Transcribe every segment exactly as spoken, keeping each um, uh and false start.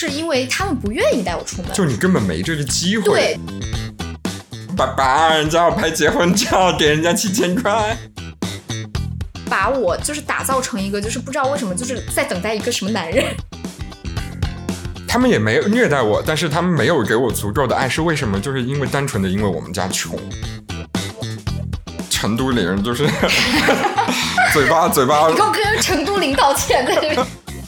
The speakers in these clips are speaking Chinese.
是因为他们不愿意带我出门， 就你根本没这个机会。 对， 爸爸，人家要拍结婚照，给人家七千块。 把我就是打造成一个就是不知道为什么就是在等待一个什么男人。 他们也没有虐待我，但是他们没有给我足够的爱，是为什么？就是因为单纯的因为我们家穷。成都里人就是嘴巴嘴巴， 你给我跟成都领导歉在这边。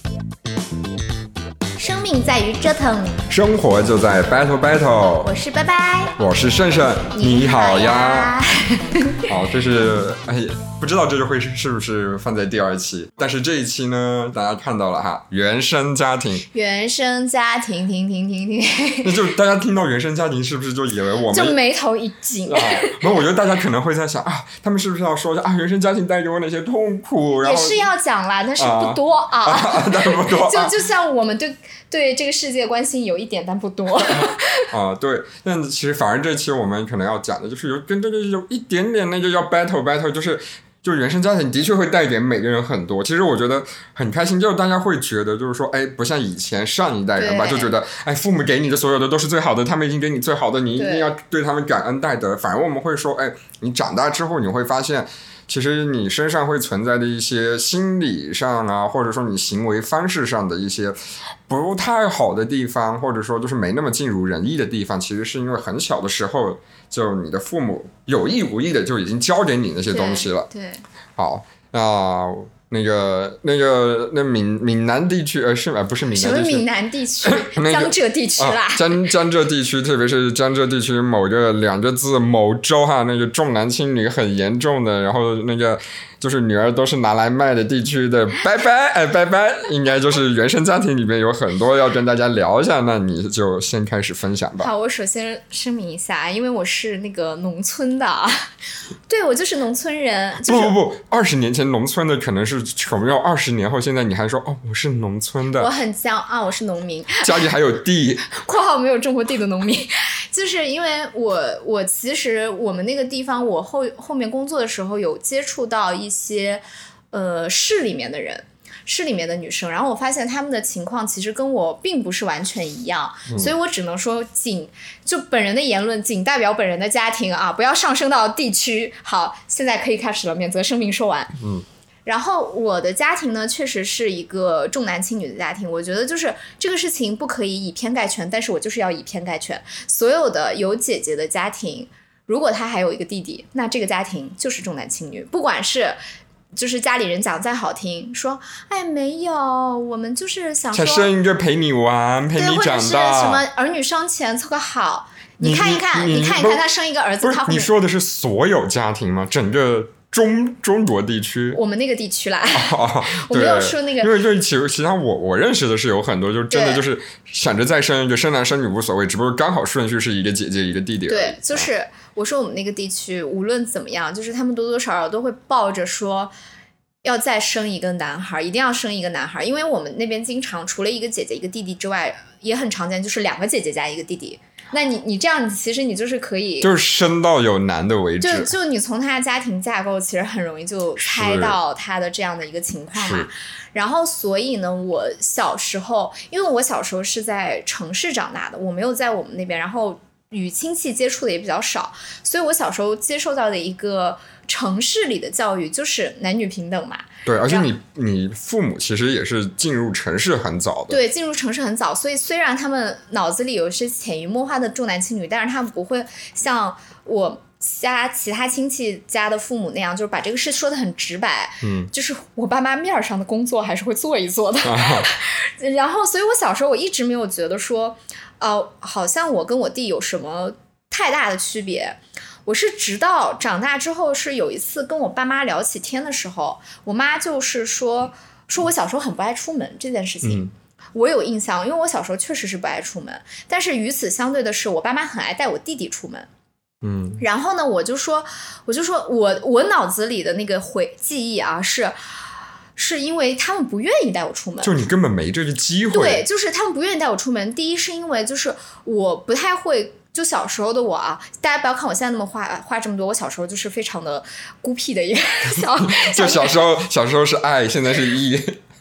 生命在于折腾， 生活就在 battle battle。 我是拜拜， 我是胜胜， 你好呀。 好，这是哎，不知道这就会是不是放在第二期，但是这一期呢，大家看到了哈，原生家庭， 原生家庭，停停停停， 那就大家听到原生家庭，是不是就以为我们就眉头一紧？ 啊，然后我觉得大家可能会在想啊，他们是不是要说啊，原生家庭带给我哪些痛苦？然后也是要讲啦，但是不多啊， 啊啊但是不多， 就就像我们对对这个世界关心有一点，但不多。 啊，对，但其实反而这期我们可能要讲的就是有跟这个有一点点那就要 battle battle， 就是就原生家庭的确会带给每个人很多。其实我觉得很开心，就是大家会觉得就是说，哎，不像以前上一代人吧，就觉得哎，父母给你的所有的都是最好的，他们已经给你最好的，你一定要对他们感恩戴德。反而我们会说，哎，你长大之后你会发现。其实你身上会存在的一些心理上啊，或者说你行为方式上的一些不太好的地方，或者说就是没那么尽如人意的地方，其实是因为很小的时候就你的父母有意无意的就已经教给你那些东西了。 对，对好，那那个那个那闽闽南地区呃是呃不是闽南地区， 什么闽南地区？ 那个、 江浙地区啦， 啊、江江浙地区，特别是江浙地区某个两个字某州哈，那个重男轻女很严重的，然后那个就是女儿都是拿来卖的地区的，拜拜哎拜拜，应该就是原生家庭里面有很多要跟大家聊一下，那你就先开始分享吧。 好，我首先声明一下，因为我是那个农村的，对我就是农村人。就是、 不不不，二十年前农村的可能是穷，要二十年后现在你还说哦我是农村的， 我很骄傲，我是农民， 家里还有地， 括号没有种过地的农民，就是因为我我其实我们那个地方，我后后面工作的时候有接触到一些呃市里面的人。市里面的女生，然后我发现她们的情况其实跟我并不是完全一样、嗯、所以我只能说仅就本人的言论仅代表本人的家庭啊，不要上升到地区。好，现在可以开始了，免责声明说完。 嗯， 然后我的家庭呢确实是一个重男轻女的家庭，我觉得就是这个事情不可以以偏概全，但是我就是要以偏概全。所有的有姐姐的家庭，如果他还有一个弟弟，那这个家庭就是重男轻女，不管是就是家里人讲再好听，说哎没有，我们就是想说才生一个陪你玩陪你长大， 对，或者是什么儿女双全凑个好。你看一看 你, 你, 你看一看他生一个儿子，他你说的是所有家庭吗？整个中中国地区， 我们那个地区啦、 哦、 我没有说那个， 因为就其实其他我我认识的是有很多就真的就是想着再生一个，生男生女无所谓，只不过刚好顺序是一个姐姐一个弟弟而已。 对，就是、啊、我说我们那个地区无论怎么样，就是他们多多少少都会抱着说要再生一个男孩，一定要生一个男孩，因为我们那边经常除了一个姐姐一个弟弟之外，也很常见就是两个姐姐加一个弟弟。那你你这样其实你就是可以就是生到有男的为止， 就就你从他家庭架构其实很容易就猜到他的这样的一个情况嘛。然后所以呢，我小时候因为我小时候是在城市长大的，我没有在我们那边，然后与亲戚接触的也比较少，所以我小时候接受到的一个城市里的教育就是男女平等嘛。 对，而且你你父母其实也是进入城市很早的。 对，进入城市很早，所以虽然他们脑子里有些潜移默化的重男轻女，但是他们不会像我家其他亲戚家的父母那样，就是把这个事说得很直白。 嗯， 就是我爸妈面上的工作还是会做一做的。啊、然后，所以我小时候我一直没有觉得说，呃，好像我跟我弟有什么太大的区别。我是直到长大之后，是有一次跟我爸妈聊起天的时候，我妈就是说说我小时候很不爱出门这件事情、嗯、我有印象，因为我小时候确实是不爱出门，但是与此相对的是我爸妈很爱带我弟弟出门。 嗯， 然后呢我就说我就说我我脑子里的那个回记忆啊是是因为他们不愿意带我出门， 就你根本没这个机会。 对，就是他们不愿意带我出门。第一是因为就是我不太会，就小时候的我啊，大家不要看我现在那么话话这么多，我小时候就是非常的孤僻的一个小就小时候小时候是爱，现在是 E。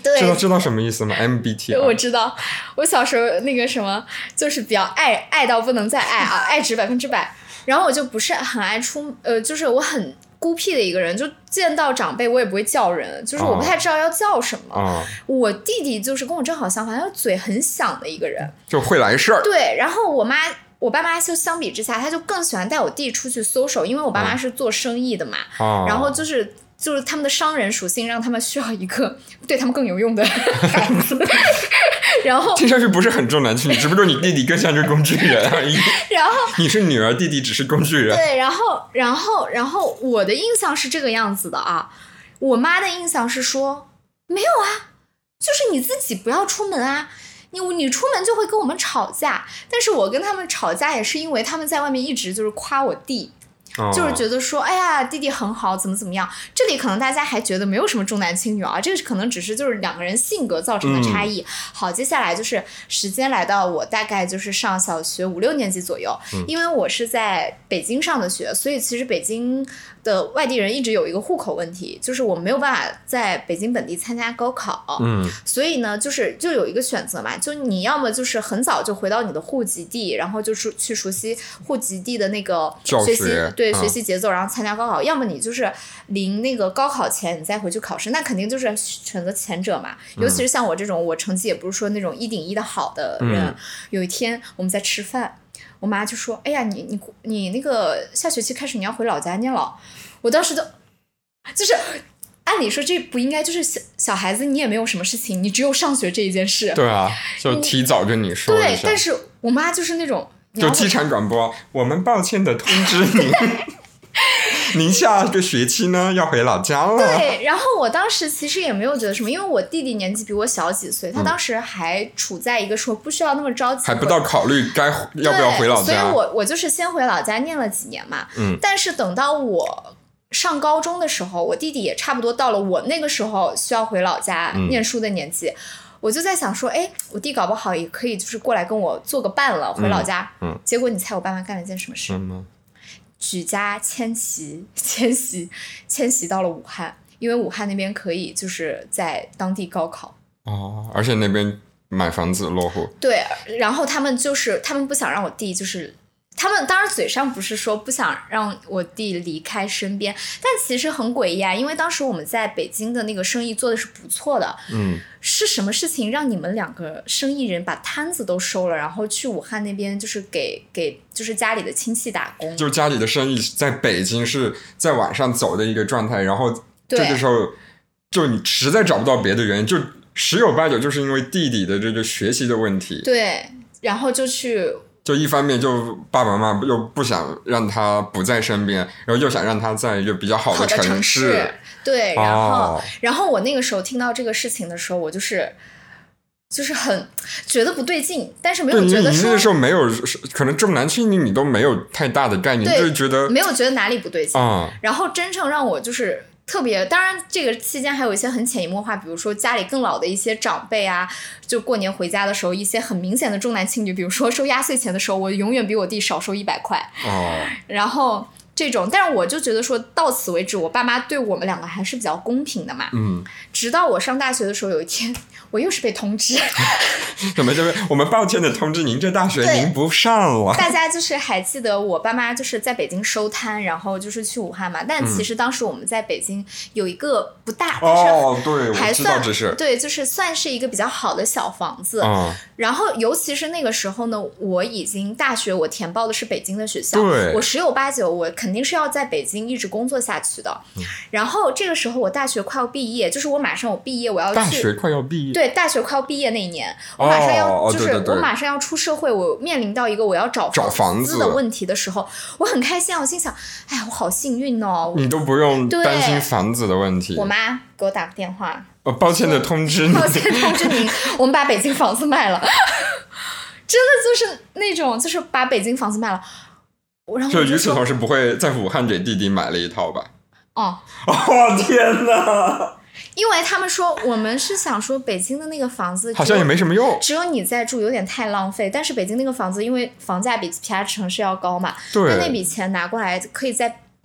对， 知道知道什么意思吗 ？M B T I。 我知道，我小时候那个什么，就是比较爱爱到不能再爱啊，爱值百分之百。然后我就不是很爱出，呃，就是我很孤僻的一个人，就见到长辈我也不会叫人，就是我不太知道要叫什么。 哦、 我弟弟就是跟我正好相反，他嘴很响的一个人， 就会来事儿。 对，然后我妈。我爸妈就相比之下，他就更喜欢带我弟出去social，因为我爸妈是做生意的嘛， 哦、 然后就是就是他们的商人属性让他们需要一个对他们更有用的孩子，然后听上去不是很重男轻女，只不过你弟弟更像是工具人而已。 然后你是女儿，弟弟只是工具人。 对，然后然后然后我的印象是这个样子的啊，我妈的印象是说没有啊，就是你自己不要出门啊。你你出门就会跟我们吵架，但是我跟他们吵架也是因为他们在外面一直就是夸我弟，哦、就是觉得说哎呀弟弟很好怎么怎么样。这里可能大家还觉得没有什么重男轻女啊，这个可能只是就是两个人性格造成的差异。嗯、好，接下来就是时间来到我大概就是上小学五六年级左右，嗯、因为我是在北京上的学，所以其实北京的外地人一直有一个户口问题，就是我没有办法在北京本地参加高考，嗯，所以呢，就是就有一个选择嘛，就你要么就是很早就回到你的户籍地，然后就是去熟悉户籍地的那个学习，对、嗯、学习节奏，然后参加高考；要么你就是临那个高考前你再回去考试，那肯定就是选择前者嘛。尤其是像我这种，我成绩也不是说那种一顶一的好的人，嗯、有一天我们在吃饭。我妈就说：“哎呀，你你你那个下学期开始你要回老家念了。”我当时就就是按理说这不应该就是小小孩子，你也没有什么事情，你只有上学这一件事。 对啊，就提早跟你说一下。 对，但是我妈就是那种就机场转播，我们抱歉的通知您。您下个学期呢要回老家了。 对，然后我当时其实也没有觉得什么，因为我弟弟年纪比我小几岁，他当时还处在一个说不需要那么着急， 还不到考虑该要不要回老家。 所以我我就是先回老家念了几年嘛。嗯。但是等到我上高中的时候，我弟弟也差不多到了我那个时候需要回老家念书的年纪，嗯、我就在想说，哎，我弟搞不好也可以就是过来跟我做个伴了，回老家。嗯。嗯结果你猜我爸妈干了一件什么事？ 什么？ 举家迁徙，迁徙，迁徙到了武汉，因为武汉那边可以就是在当地高考。 哦，而且那边买房子落户。 对，然后他们就是他们不想让我弟就是他们当然嘴上不是说不想让我弟离开身边，但其实很诡异啊，因为当时我们在北京的那个生意做的是不错的。嗯，是什么事情让你们两个生意人把摊子都收了，然后去武汉那边就是给给就是家里的亲戚打工？ 就家里的生意在北京是在往上走的一个状态，然后这个时候就你实在找不到别的原因，就十有八九就是因为弟弟的这个学习的问题。 对，然后就去。 就一方面就爸爸妈妈又不想让他不在身边，然后又想让他在一个比较好的城市。 城市对，然后、哦、然后我那个时候听到这个事情的时候，我就是就是很觉得不对劲，但是没有觉得说你那个时候没有可能重男轻女你都没有太大的概念，就是觉得没有觉得哪里不对劲、嗯、然后真正让我就是特别，当然这个期间还有一些很潜移默化，比如说家里更老的一些长辈啊，就过年回家的时候一些很明显的重男轻女，比如说收压岁钱的时候我永远比我弟少收一百块、哦、然后这种，但是我就觉得说到此为止，我爸妈对我们两个还是比较公平的嘛。嗯，直到我上大学的时候，有一天我又是被通知怎么就是我们抱歉的通知您，这大学您不上了。 大家就是还记得我爸妈就是在北京收摊，然后就是去武汉嘛，但其实当时我们在北京有一个不大、嗯、 哦对， 还算我知道这是对，就是算是一个比较好的小房子、嗯、然后尤其是那个时候呢，我已经大学我填报的是北京的学校， 对， 我十有八九我肯定是要在北京一直工作下去的、嗯、然后这个时候我大学快要毕业，就是我马上我毕业我要去大学快要毕业， 对，大学快要毕业那一年我马上要、 哦、 就是我马上要出社会，我面临到一个我要找房子的问题的时候，我很开心啊，我心想哎我好幸运哦， 你都不用担心房子的问题。 我妈给我打个电话， 哦，抱歉的通知你， 抱歉通知您我们把北京房子卖了真的就是那种就是把北京房子卖了，然后就与此同时不会在武汉给弟弟买了一套吧？ 哦哦天哪， 因为他们说我们是想说北京的那个房子好像也没什么用， 只有你在住有点太浪费，但是北京那个房子因为房价比其他城市要高嘛， 对， 那那笔钱拿过来可以在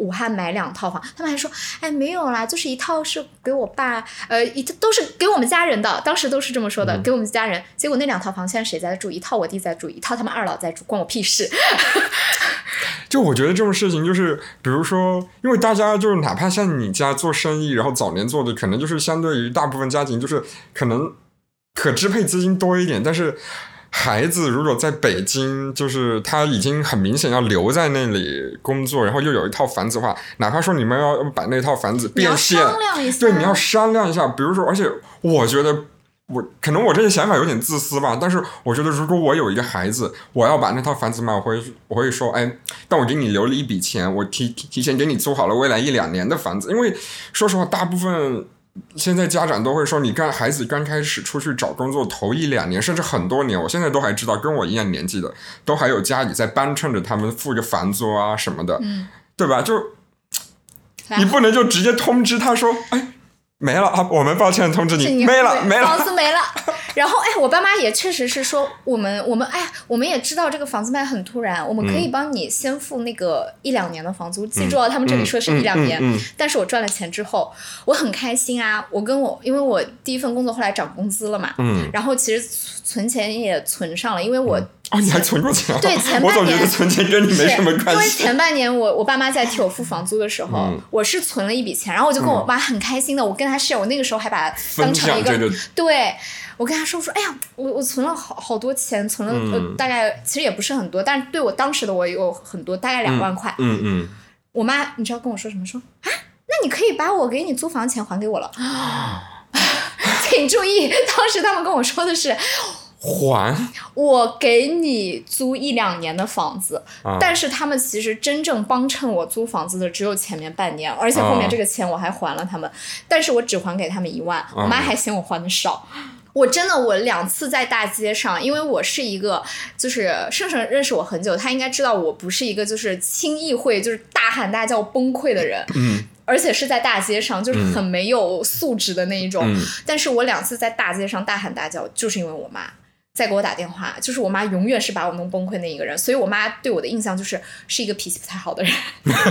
武汉买两套房，他们还说哎没有啦，就是一套是给我爸，呃一都是给我们家人的，当时都是这么说的、嗯、给我们家人，结果那两套房现在谁在住？一套我弟在住，一套他们二老在住，关我屁事。 就我觉得这种事情就是比如说因为大家就是哪怕像你家做生意，然后早年做的可能就是相对于大部分家庭就是可能可支配资金多一点，但是孩子如果在北京就是他已经很明显要留在那里工作，然后又有一套房子的话，哪怕说你们要把那套房子变现， 你要商量一下， 对，你要商量一下。比如说而且我觉得我可能我这个想法有点自私吧，但是我觉得如果我有一个孩子，我要把那套房子卖，我会我会说哎，但我给你留了一笔钱，我提提前给你租好了未来一两年的房子。因为说实话大部分现在家长都会说你刚孩子刚开始出去找工作头一两年甚至很多年，我现在都还知道跟我一样年纪的都还有家里在帮衬着他们付个房租啊什么的、嗯、对吧，就你不能就直接通知他说哎没了啊，我们抱歉通知你，你没了没了， 房子没了。然后哎，我爸妈也确实是说我们我们哎，我们也知道这个房子卖很突然，我们可以帮你先付那个一两年的房租、嗯、记住了他们这里说是一两年、嗯嗯嗯嗯、但是我赚了钱之后我很开心啊，我跟我因为我第一份工作后来涨工资了嘛、嗯、然后其实存钱也存上了，因为我、嗯哦，你还存过钱、啊？ 对，前半年我总觉得存钱跟你没什么关系。 因为前半年我我爸妈在替我付房租的时候、嗯，我是存了一笔钱，然后我就跟我妈很开心的，嗯、我跟她 share， 我那个时候还把它当成一个， 这个、 对，我跟她说说，哎呀，我我存了好好多钱，存了、嗯呃、大概其实也不是很多，但是对我当时的我有很多，大概两万块。 嗯 嗯, 嗯。 我妈，你知道跟我说什么？说啊，那你可以把我给你租房钱还给我了。请注意，当时他们跟我说的是。 还我给你租一两年的房子、啊、但是他们其实真正帮衬我租房子的只有前面半年，而且后面这个钱我还还了他们、啊、但是我只还给他们一万、啊、我妈还嫌我还的少。我真的我两次在大街上，因为我是一个就是盛盛认识我很久，他应该知道我不是一个就是轻易会就是大喊大叫崩溃的人， 嗯， 而且是在大街上就是很没有素质的那一种、嗯、但是我两次在大街上大喊大叫就是因为我妈在给我打电话，就是我妈永远是把我弄崩溃那一个人，所以我妈对我的印象就是是一个脾气不太好的人。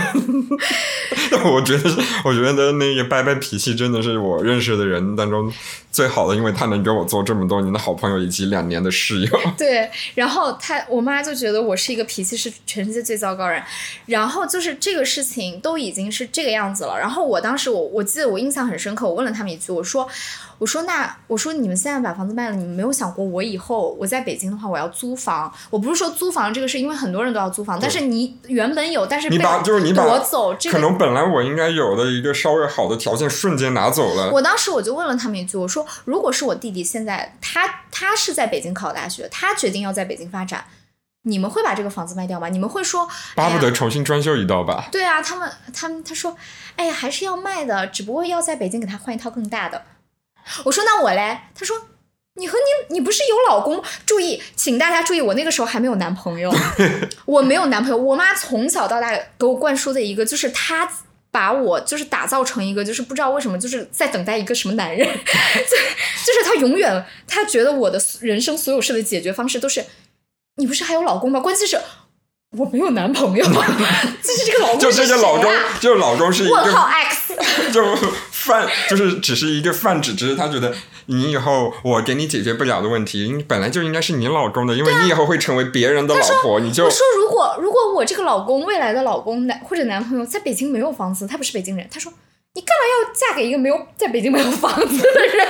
我觉得我觉得那个拜拜脾气真的是我认识的人当中最好的，因为他能跟我做这么多年的好朋友以及两年的室友。 对，然后他我妈就觉得我是一个脾气是全世界最糟糕人，然后就是这个事情都已经是这个样子了，然后我当时我我记得我印象很深刻，我问了他们一句，我说我说那我说你们现在把房子卖了，你们没有想过我以后我在北京的话我要租房，我不是说租房这个是因为很多人都要租房，但是你原本有但是被你把就是你把夺走、这个、 可能本来我应该有的一个稍微好的条件瞬间拿走了。 我当时我就问了他们一句，我说如果是我弟弟现在他他是在北京考大学，他决定要在北京发展，你们会把这个房子卖掉吗？你们会说巴不得重新装修一道吧、 哎、对啊，他们他们他说哎呀还是要卖的，只不过要在北京给他换一套更大的。我说那我嘞？他说你和你你不是有老公？注意，请大家注意，我那个时候还没有男朋友，我没有男朋友。我妈从小到大给我灌输的一个就是她把我就是打造成一个就是不知道为什么就是在等待一个什么男人，就就是她永远她觉得我的人生所有事的解决方式都是你不是还有老公吗？关键是我没有男朋友，就是这个老公是谁啊？就这个老公，就老公是一个问号 X， 就泛就是只是一个泛指，只是他觉得你以后我给你解决不了的问题，你本来就应该是你老公的，因为你以后会成为别人的老婆，你就我说如果如果我这个老公未来的老公或者男朋友在北京没有房子，他不是北京人，他说你干嘛要嫁给一个没有在北京没有房子的人？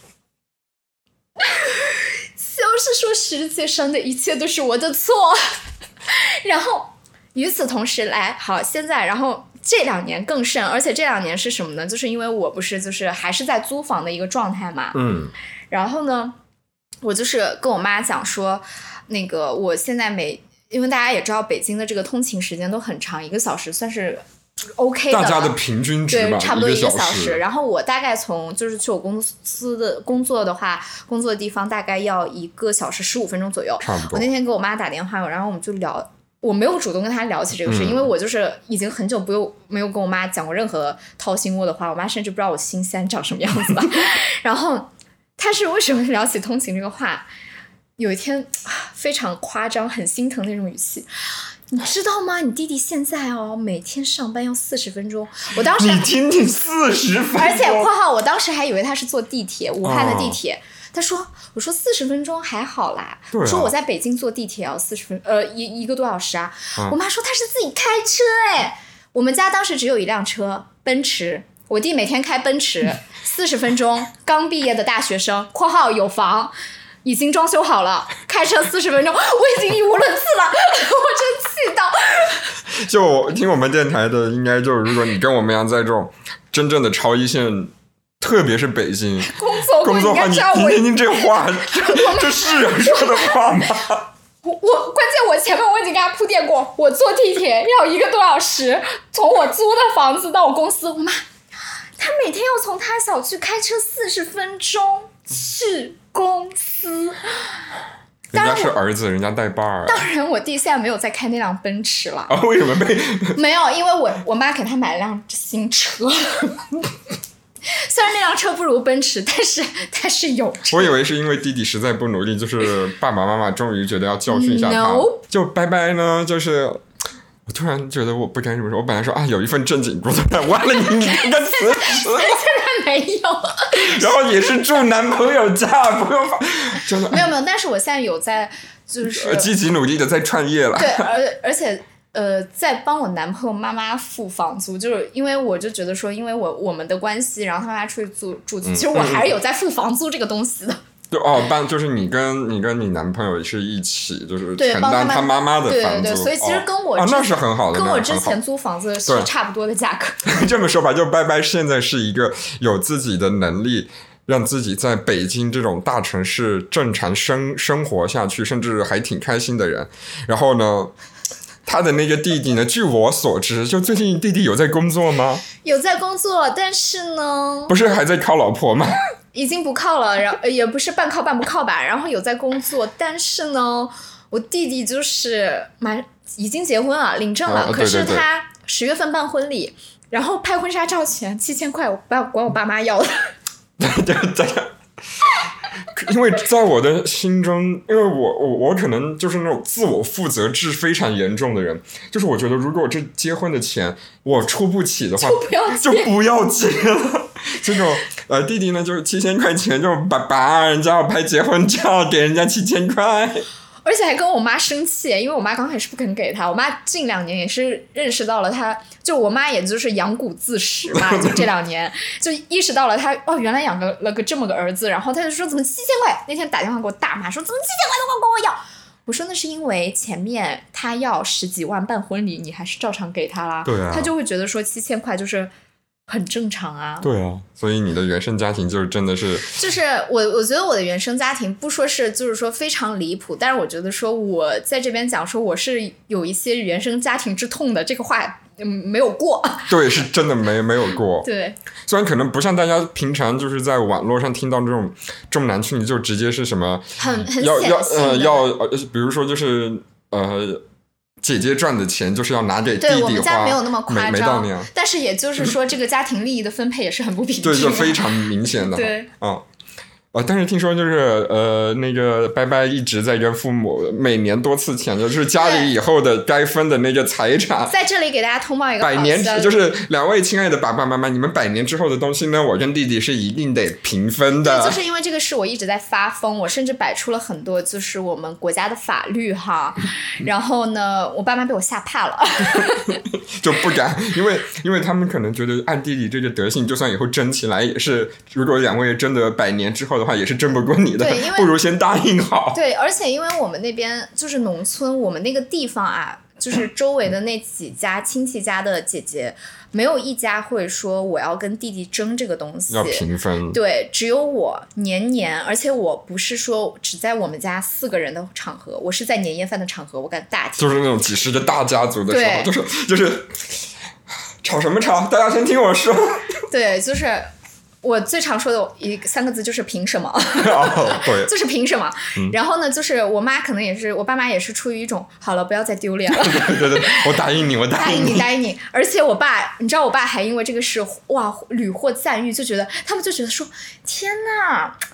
就是说世界上的一切都是我的错。然后与此同时来好现在然后这两年更甚，而且这两年是什么呢？就是因为我不是就是还是在租房的一个状态嘛， 嗯， 然后呢我就是跟我妈讲说那个我现在每因为大家也知道北京的这个通勤时间都很长，一个小时算是 OK 的， 大家的平均值吧， 对，差不多一个小时。然后我大概从就是去我公司的工作的话，工作的地方大概要一个小时十五分钟左右。 差不多。 我那天给我妈打电话，然后我们就聊，我没有主动跟她聊起这个事、嗯，因为我就是已经很久不用没有跟我妈讲过任何掏心窝的话，我妈甚至不知道我心三长什么样子吧。然后她是为什么聊起通勤这个话？有一天非常夸张很心疼那种语气， 你知道吗？你弟弟现在哦，每天上班要四十分钟。我当时你听听四十分钟， 而且括号我当时还以为他是坐地铁，武汉的地铁。哦、他说：“我说四十分钟还好啦。啊”我说我在北京坐地铁要四十分，呃，一一个多小时啊。嗯、我妈说他是自己开车哎。我们家当时只有一辆车，奔驰。我弟每天开奔驰，四十分钟，刚毕业的大学生（括号有房）。已经装修好了，开车四十分钟，我已经语无伦次了，我真气到。 就听我们电台的，应该就是如果你跟我们一样在这种真正的超一线，特别是北京工作工作话，你听听听这话，这这是人说的话吗？ 我我关键我前面我已经给他铺垫过，我坐地铁要一个多小时，从我租的房子到我公司，我妈他每天要从他小区开车四十分钟去公司。 人家是儿子，人家带把儿。 当然我弟现在没有再开那辆奔驰了。 啊、哦？为什么被？ 没有，因为我我妈给他买了辆新车。虽然那辆车不如奔驰，但是它是有车。 我以为是因为弟弟实在不努力，就是爸爸妈妈终于觉得要教训一下他。 No. 就拜拜呢，就是我突然觉得我不该这么说。我本来说啊，有一份正经工作，完了你你这个词， 现在没有。 然后也是住男朋友家，不用发，真的没有没有。但是我现在有在就是积极努力的在创业了。 对，而而且。呃，在帮我男朋友妈妈付房租，就是因为我就觉得说，因为我我们的关系，然后他妈妈出去住住，其实我还是有在付房租这个东西的。 就哦，帮就是你跟你跟你男朋友是一起，就是承担他妈妈的房租。 对对对，所以其实跟我、 哦啊、那是很好的， 跟我之前租房子是差不多的价格。 这么说吧，就拜拜现在是一个有自己的能力。让自己在北京这种大城市正常生生活下去，甚至还挺开心的人。然后呢？他的那个弟弟呢？据我所知，就最近弟弟有在工作吗？ 有在工作，但是呢， 不是还在靠老婆吗？ 已经不靠了，然后也不是半靠半不靠吧。然后有在工作，但是呢，我弟弟就是蛮已经结婚了，领证了。 啊、 可是对对对他十月份办婚礼，然后拍婚纱照钱七千块，我爸管我爸妈要的。 对对对。因为在我的心中，因为我我我可能就是那种自我负责制非常严重的人，就是我觉得如果我这结婚的钱我出不起的话， 就不要接， 就不要接了。这种呃弟弟呢，就是七千块钱，就爸爸人家要拍结婚照，给人家七千块。 而且还跟我妈生气，因为我妈刚开始不肯给他，我妈近两年也是认识到了他，就我妈也就是养骨自食嘛，就这两年就意识到了他哦，原来养个了个这么个儿子，然后他就说怎么七千块？那天打电话给我大骂说怎么七千块都管我要？我说那是因为前面他要十几万办婚礼，你还是照常给他啦， 对啊， 他就会觉得说七千块就是很正常啊。 对啊，所以你的原生家庭就是真的是， 就是我我觉得我的原生家庭不说是就是说非常离谱，但是我觉得说我在这边讲说我是有一些原生家庭之痛的这个话嗯没有过。 对，是真的没没有过。 对， 虽然可能不像大家平常就是在网络上听到这种重男轻女就直接是什么很很要要呃要呃比如说就是呃姐姐赚的钱就是要拿给弟弟花， 对，我们家没有那么夸张， 没到那样。 但是也就是说，这个家庭利益的分配也是很不平均的。 对，就非常明显的。 对， 嗯。呃，但是听说就是呃，那个拜拜一直在跟父母每年多次钱，就是家里以后的该分的那个财产。 在这里给大家通报一个百年，就是两位亲爱的爸爸妈妈，你们百年之后的东西呢，我跟弟弟是一定得平分的。 对，就是因为这个事，我一直在发疯，我甚至摆出了很多就是我们国家的法律哈，然后呢，我爸妈被我吓怕了， 就不敢，因为因为他们可能觉得按弟弟这个德行，就算以后争起来也是，如果两位真的百年之后的话，也是争不过你的，不如先答应好。 对，而且因为我们那边就是农村，我们那个地方啊，就是周围的那几家亲戚家的姐姐，没有一家会说我要跟弟弟争这个东西， 要平分。 对，只有我年年，而且我不是说只在我们家四个人的场合，我是在年夜饭的场合，我敢大提， 就是那种几十个大家族的时候，就是就是吵什么吵？大家先听我说。 对，就是。我最常说的一三个字就是凭什么哦，对， 就是凭什么、 嗯、 然后呢就是我妈可能也是我爸妈也是出于一种好了不要再丢脸了对对对，我答应你我答应你答应你而且我爸你知道我爸还因为这个事哇屡获赞誉，就觉得他们就觉得说天哪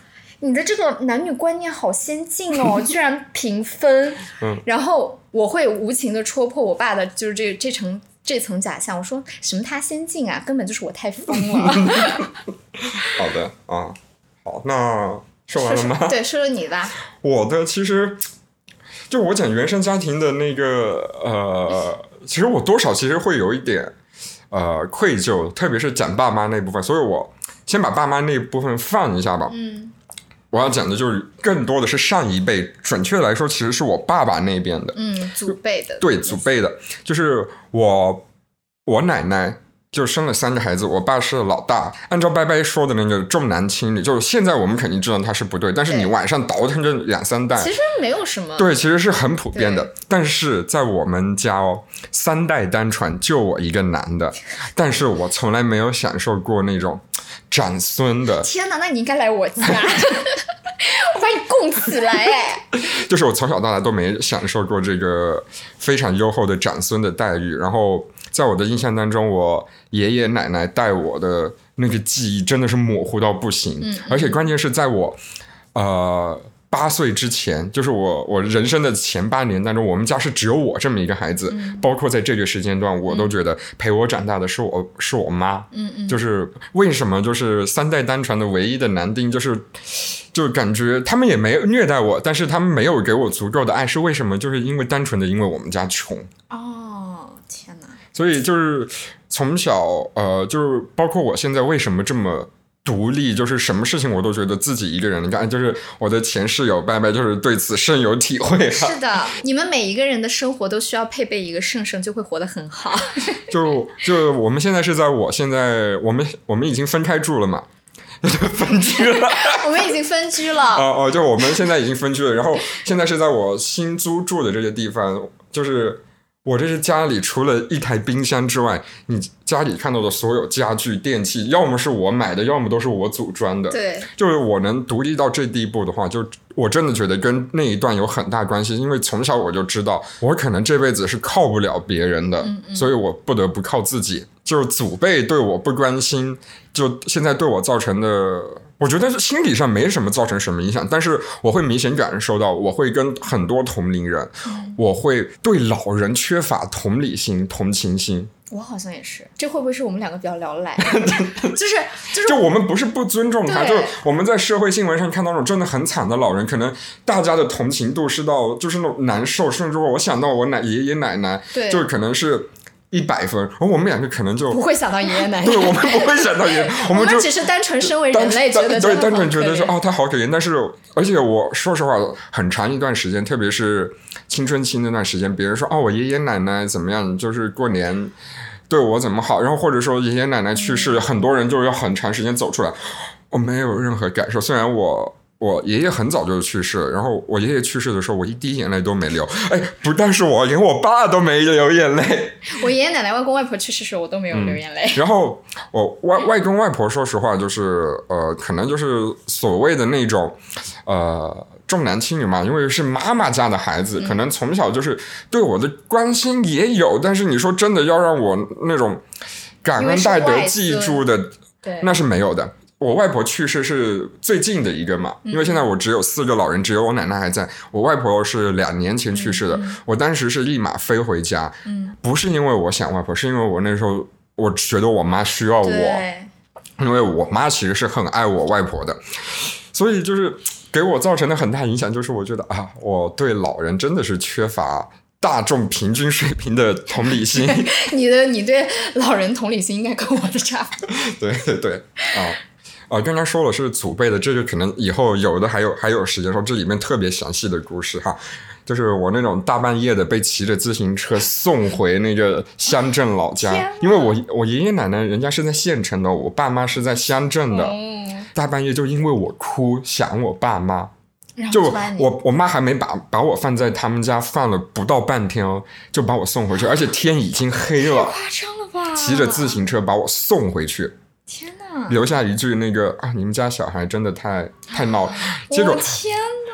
你的这个男女观念好先进哦，居然评分。嗯，然后我会无情的戳破我爸的就是这这层这层假象，我说什么他先进啊，根本就是我太疯了。 好的啊，好，那说完了吗？ 说说对，说说你吧。 我的其实就我讲原生家庭的那个呃，其实我多少其实会有一点呃愧疚，特别是讲爸妈那部分，所以我先把爸妈那部分放一下吧。 嗯。 我要讲的就是更多的是上一辈，准确来说其实是我爸爸那边的， 嗯，祖辈的， 对，祖辈的，就是我我奶奶就生了三个孩子，我爸是老大，按照伯伯说的那个重男轻女，就是现在我们肯定知道他是不对，但是你晚上倒腾着两三代， 其实没有什么， 对，其实是很普遍的。但是在我们家哦，三代单传，就我一个男的，但是我从来没有享受过那种长孙的。 天哪，那你应该来我家。我把你供起来哎！ 就是我从小到大都没享受过这个非常优厚的长孙的待遇，然后在我的印象当中，我爷爷奶奶带我的那个记忆真的是模糊到不行， 嗯嗯， 而且关键是在我呃八岁之前，就是我我人生的前八年当中，我们家是只有我这么一个孩子，嗯，包括在这个时间段，我都觉得陪我长大的是我是我妈， 嗯嗯， 就是为什么就是三代单传的唯一的男丁，就是就感觉他们也没有虐待我，但是他们没有给我足够的爱，是为什么？就是因为单纯的因为我们家穷。 哦，天哪！ 所以就是从小呃，就是包括我现在为什么这么独立，就是什么事情我都觉得自己一个人。你看，就是我的前室友拜拜，就是对此深有体会、啊。 是的，你们每一个人的生活都需要配备一个圣圣，就会活得很好。 就就我们现在是在我现在我们我们已经分开住了嘛。分居了。 我们已经分居了。 哦哦，就我们现在已经分居了，然后现在是在我新租住的这个地方，就是我这是家里除了一台冰箱之外，你家里看到的所有家具电器，要么是我买的，要么都是我组装的。 对， 就是我能独立到这地步的话，就我真的觉得跟那一段有很大关系，因为从小我就知道我可能这辈子是靠不了别人的， 嗯嗯， 所以我不得不靠自己。就是祖辈对我不关心，就现在对我造成的，我觉得心理上没什么造成什么影响，但是我会明显感受到，我会跟很多同龄人， 嗯， 我会对老人缺乏同理心、同情心。 我好像也是，这会不会是我们两个比较聊得来？就是就是， 就我们不是不尊重他，就我们在社会新闻上看到那种真的很惨的老人，可能大家的同情度是到就是那种难受，甚至我想到我奶爷爷奶奶，就可能是一百分，而我们两个可能就不会想到爷爷奶奶， 对，我们不会想到爷爷，我们就我们只是单纯身为人类觉得对，单纯觉得说哦，他好可怜。但是而且我说实话，很长一段时间，特别是青春期那段时间，别人说哦，我爷爷奶奶怎么样，就是过年对我怎么好，然后或者说爷爷奶奶去世，嗯，很多人就要很长时间走出来，我没有任何感受。虽然我我爷爷很早就去世了，然后我爷爷去世的时候，我一滴眼泪都没流。哎，不但是我，连我爸都没流眼泪。 我爷爷奶奶、外公外婆去世时，我都没有流眼泪。 嗯，然后我外外公外婆，说实话，就是呃，可能就是所谓的那种呃重男轻女嘛，因为是妈妈家的孩子，嗯，可能从小就是对我的关心也有，但是你说真的要让我那种感恩戴德记住的，那是没有的。我外婆去世是最近的一个嘛，因为现在我只有四个老人，只有我奶奶还在。我外婆是两年前去世的，嗯嗯，我当时是立马飞回家，嗯，不是因为我想外婆，是因为我那时候我觉得我妈需要我，因为我妈其实是很爱我外婆的，所以就是给我造成的很大影响，就是我觉得啊，我对老人真的是缺乏大众平均水平的同理心。 你的你对老人同理心应该跟我的差不多。 对对对啊。啊，刚刚说了是祖辈的，这个可能以后有的还有还有时间说这里面特别详细的故事哈，就是我那种大半夜的被骑着自行车送回那个乡镇老家，因为我我爷爷奶奶人家是在县城的，我爸妈是在乡镇的，嗯，大半夜就因为我哭想我爸妈，就我我妈还没把把我放在他们家放了不到半天哦，就把我送回去，而且天已经黑了， 太夸张了吧， 骑着自行车把我送回去。 天哪！ 留下一句那个啊，你们家小孩真的太太闹了。结果天哪！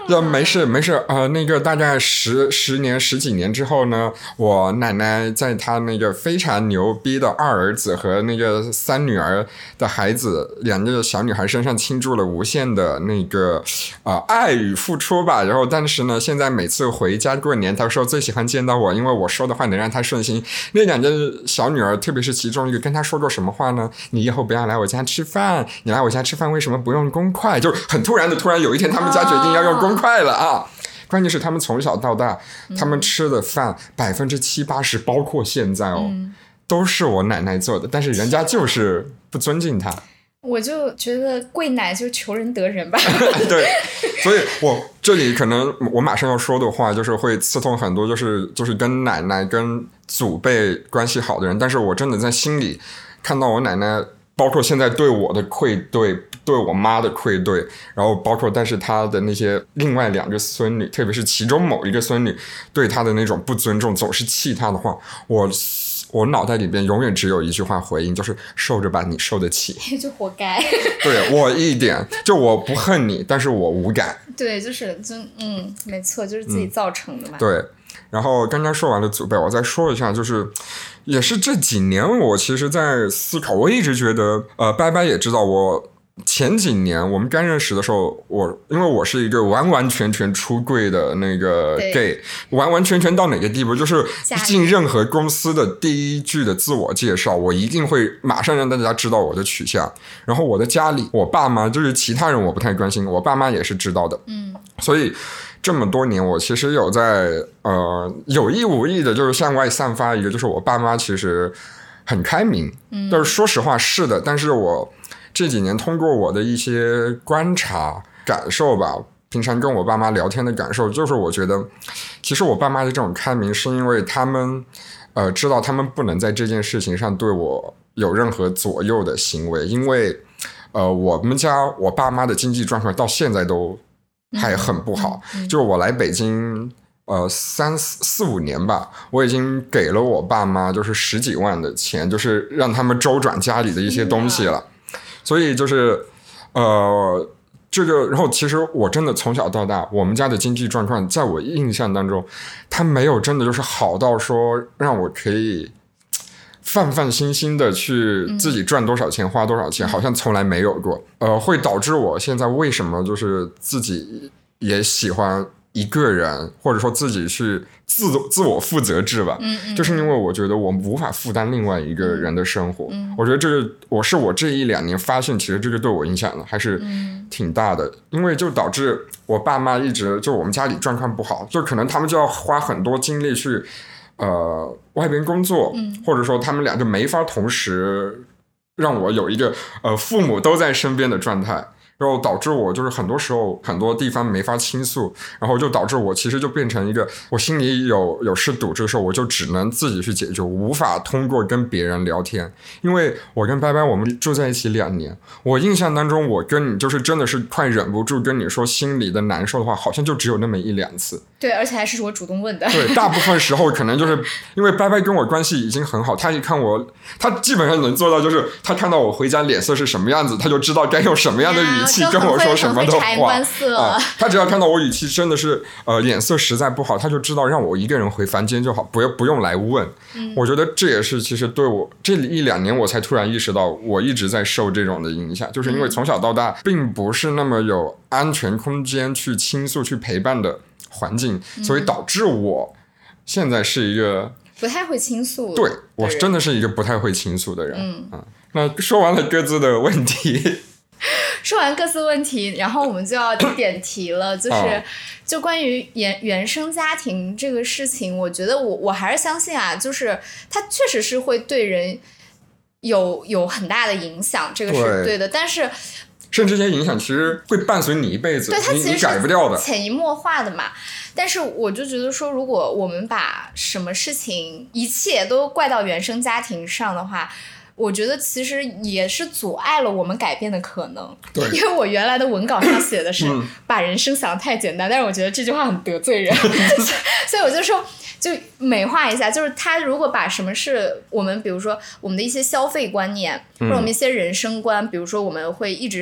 就没事没事，呃，那个大概十十年十几年之后呢，我奶奶在她那个非常牛逼的二儿子和那个三女儿的孩子两个小女孩身上倾注了无限的那个呃爱与付出吧。然后但是呢，现在每次回家过年，她说最喜欢见到我，因为我说的话能让她顺心。那两个小女儿，特别是其中一个，跟她说过什么话呢？你以后不要来我家吃饭，你来我家吃饭为什么不用公筷？就很突然的，突然有一天他们家决定要用公筷了啊！关键是他们从小到大，他们吃的饭百分之七八十，包括现在哦、嗯，都是我奶奶做的，但是人家就是不尊敬她。 我就觉得跪奶就求人得人吧。 对，所以我这里可能我马上要说的话就是会刺痛很多就是就是跟奶奶跟祖辈关系好的人，但是我真的在心里看到我奶奶包括现在对我的愧对，对我妈的愧对，然后包括但是她的那些另外两个孙女，特别是其中某一个孙女对她的那种不尊重，总是气她的话，我我脑袋里边永远只有一句话回应，就是受着吧，你受得起。 就活该。 对，我一点就我不恨你，但是我无感。 对，就是就嗯，没错，就是自己造成的嘛。 嗯、对。然后刚刚说完了祖辈，我再说一下，就是也是这几年我其实在思考，我一直觉得呃，拜拜也知道我前几年我们刚认识的时候，我因为我是一个完完全全出柜的那个 gay， 完完全全到哪个地步，就是进任何公司的第一句的自我介绍，我一定会马上让大家知道我的取向。然后我的家里，我爸妈就是其他人我不太关心，我爸妈也是知道的。嗯，所以这么多年我其实有在呃有意无意的就是向外散发一个，就是我爸妈其实很开明。嗯，就是说实话是的，但是我这几年通过我的一些观察感受吧，平常跟我爸妈聊天的感受，就是我觉得其实我爸妈的这种开明是因为他们呃知道他们不能在这件事情上对我有任何左右的行为，因为呃我们家我爸妈的经济状况到现在都还很不好。嗯嗯嗯、就我来北京呃三四四五年吧，我已经给了我爸妈就是十几万的钱，就是让他们周转家里的一些东西了。所以就是呃这个，然后其实我真的从小到大，我们家的经济状况在我印象当中，他没有真的就是好到说让我可以泛泛心心的去自己赚多少钱、嗯、花多少钱，好像从来没有过。呃，会导致我现在为什么就是自己也喜欢一个人，或者说自己去自自我负责制吧。嗯嗯，就是因为我觉得我无法负担另外一个人的生活。嗯，我觉得这个我是我这一两年发现，其实这个对我影响还是挺大的。嗯，因为就导致我爸妈一直就我们家里状况不好，就可能他们就要花很多精力去呃外边工作。嗯，或者说他们俩就没法同时让我有一个呃父母都在身边的状态。然后导致我就是很多时候很多地方没法倾诉，然后就导致我其实就变成一个我心里有有事堵着的时候，我就只能自己去解决，无法通过跟别人聊天。因为我跟拜拜我们住在一起两年，我印象当中我跟你就是真的是快忍不住跟你说心里的难受的话，好像就只有那么一两次。 对，而且还是我主动问的。 对，大部分时候可能就是因为拜拜跟我关系已经很好，他一看我，他基本上能做到就是他看到我回家脸色是什么样子，他就知道该用什么样的语气跟我说什么的话。啊，他只要看到我语气真的是呃脸色实在不好，他就知道让我一个人回房间就好，不要不用来问。嗯，我觉得这也是其实对我这一两年我才突然意识到，我一直在受这种的影响，就是因为从小到大并不是那么有安全空间去倾诉去陪伴的环境，所以导致我现在是一个不太会倾诉。 对，我真的是一个不太会倾诉的人。嗯，啊，那说完了各自的问题。 说完各自问题，然后我们就要点题了，就是、哦、就关于原原生家庭这个事情，我觉得我我还是相信啊，就是它确实是会对人有有很大的影响，这个是对的，但是甚至这些影响其实会伴随你一辈子， 对，它其实你改不掉的， 潜移默化的嘛。但是我就觉得说，如果我们把什么事情一切都怪到原生家庭上的话，我觉得其实也是阻碍了我们改变的可能。 对， 因为我原来的文稿上写的是把人生想得太简单，但是我觉得这句话很得罪人，所以我就说就美化一下，就是他如果把什么是我们比如说我们的一些消费观念，或者我们一些人生观，比如说我们会一直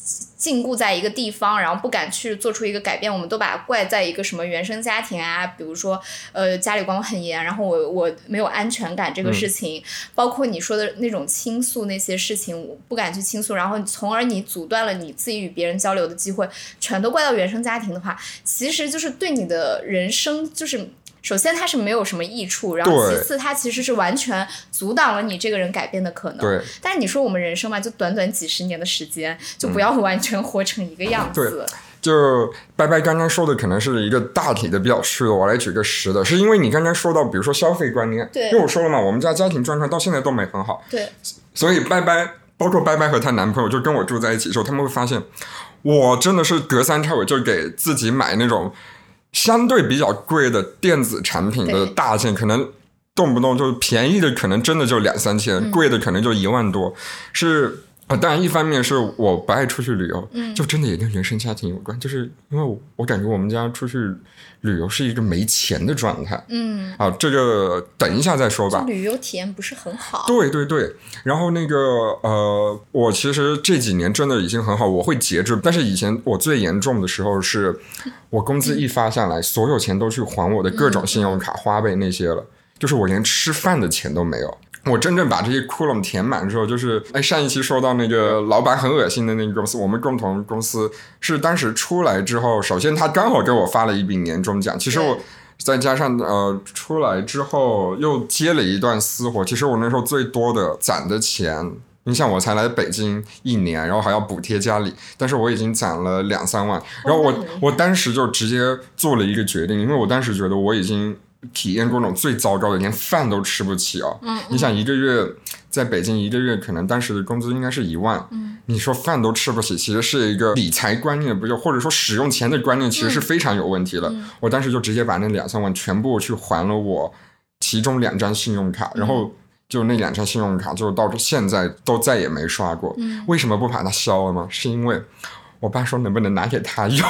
禁锢在一个地方，然后不敢去做出一个改变，我们都把它怪在一个什么原生家庭啊，比如说呃家里管我很严，然后我我没有安全感这个事情、嗯、包括你说的那种倾诉那些事情我不敢去倾诉，然后从而你阻断了你自己与别人交流的机会，全都怪到原生家庭的话，其实就是对你的人生就是首先它是没有什么益处，然后其次它其实是完全阻挡了你这个人改变的可能。 对， 但是你说我们人生嘛，就短短几十年的时间，就不要完全活成一个样子、 嗯、对，就拜拜刚刚说的可能是一个大体的表述，我来举个实的，是因为你刚刚说到比如说消费观念， 对， 因为我说了嘛，我们家家庭状况到现在都没很好， 对， 所以拜拜包括拜拜和她男朋友就跟我住在一起的时候，他们会发现我真的是隔三差五就给自己买那种相对比较贵的电子产品的大件，可能动不动就便宜的可能真的就两三千、嗯、贵的可能就一万多，是啊，当然一方面是我不爱出去旅游、嗯、就真的也跟原生家庭有关，就是因为 我, 我感觉我们家出去旅游是一个没钱的状态，嗯，啊，这个等一下再说吧， 就旅游体验不是很好， 对对对，然后那个呃，我其实这几年真的已经很好，我会节制，但是以前我最严重的时候是我工资一发下来、嗯、所有钱都去还我的各种信用卡、嗯、花呗那些了，就是我连吃饭的钱都没有，我真正把这些窟窿填满之后，就是哎，上一期说到那个老板很恶心的那个公司，我们共同公司是当时出来之后，首先他刚好给我发了一笔年终奖，其实我再加上呃出来之后又接了一段私活，其实我那时候最多的攒的钱，你想我才来北京一年，然后还要补贴家里，但是我已经攒了两三万，然后我我当时就直接做了一个决定，因为我当时觉得我已经体验过那种最糟糕的，连饭都吃不起哦。嗯，你想一个月在北京一个月可能当时的工资应该是一万，嗯，你说饭都吃不起，其实是一个理财观念不就或者说使用钱的观念其实是非常有问题的、嗯、我当时就直接把那两三万全部去还了我其中两张信用卡、嗯、然后就那两张信用卡就到现在都再也没刷过、嗯、为什么不把它消了吗？是因为我爸说能不能拿给他用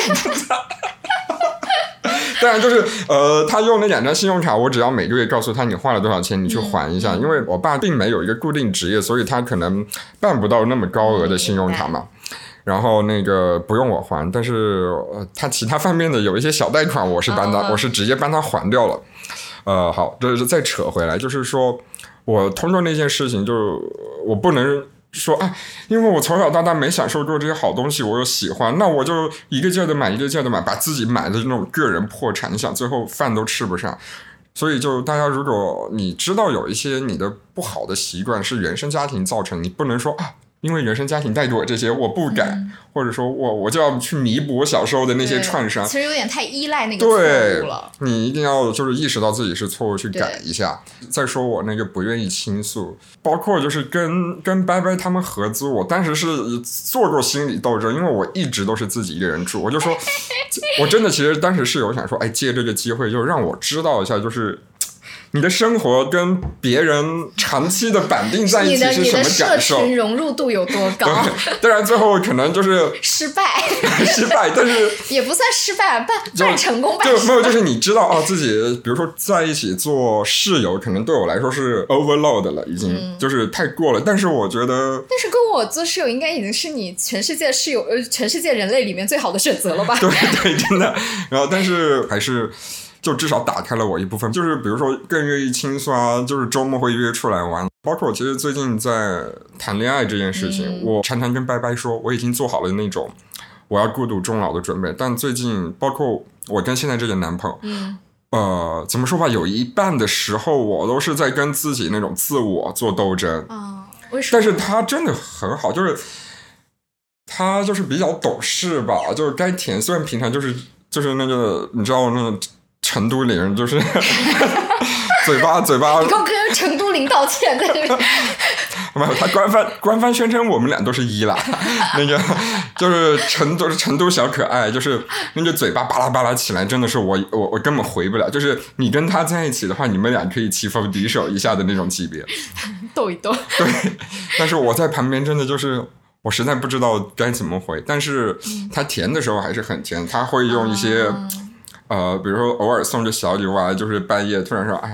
当然就是呃，他用那两张信用卡，我只要每个月告诉他你花了多少钱，你去还一下、嗯、因为我爸并没有一个固定职业，所以他可能办不到那么高额的信用卡嘛、嗯、然后那个不用我还，但是、呃、他其他方面的有一些小贷款我是帮他、哦、我是直接帮他还掉了。呃，好，这是再扯回来，就是说我通过那件事情，就我不能说啊，因为我从小到大没享受过这些好东西，我又喜欢，那我就一个劲的买一个劲的买，把自己买的那种个人破产，你想最后饭都吃不上。所以就大家如果你知道有一些你的不好的习惯是原生家庭造成，你不能说啊因为原生家庭带给我这些我不改、嗯、或者说我我就要去弥补我小时候的那些创伤， 其实有点太依赖那个错误了， 对，你一定要就是意识到自己是错误去改一下。再说我那个不愿意倾诉，包括就是跟跟拜拜他们合租，我当时是做过心理斗争，因为我一直都是自己一个人住，我就说我真的其实当时是有想说哎，借这个机会就让我知道一下，就是你的生活跟别人长期的绑定在一起是什么感受， 你的社群融入度有多高？ 当然最后可能就是失败失败，但是也不算失败，半半成功半失败， 就没有，就是你知道哦，自己比如说在一起做室友可能对我来说是 overload 了，已经、嗯、就是太过了，但是我觉得但是跟我做室友应该已经是你全世界室友呃全世界人类里面最好的选择了吧？ 对对，真的。然后但是还是就至少打开了我一部分，就是比如说更愿意倾诉啊，就是周末会约出来玩，包括我其实最近在谈恋爱这件事情、嗯、我常常跟拜拜说我已经做好了那种我要孤独终老的准备，但最近包括我跟现在这个男朋友、嗯、呃，怎么说吧，有一半的时候我都是在跟自己那种自我做斗争、 哦、为什么？ 但是他真的很好，就是他就是比较懂事吧，就是该甜，虽然平常就是就是那个你知道那个成都里人就是嘴巴嘴巴， 你给我跟成都领导歉在这边。 没有，他官方官方宣称我们俩都是一啦，那个就是成都成都小可爱，就是那个嘴巴巴拉巴拉起来，真的是我我我根本回不了。就是你跟他在一起的话，你们俩可以棋逢敌手一下的那种级别， 斗一斗。 对，但是我在旁边真的就是我实在不知道该怎么回，但是他甜的时候还是很甜，他会用一些。嗯呃，比如说偶尔送着小礼物啊，就是半夜突然说，哎呀，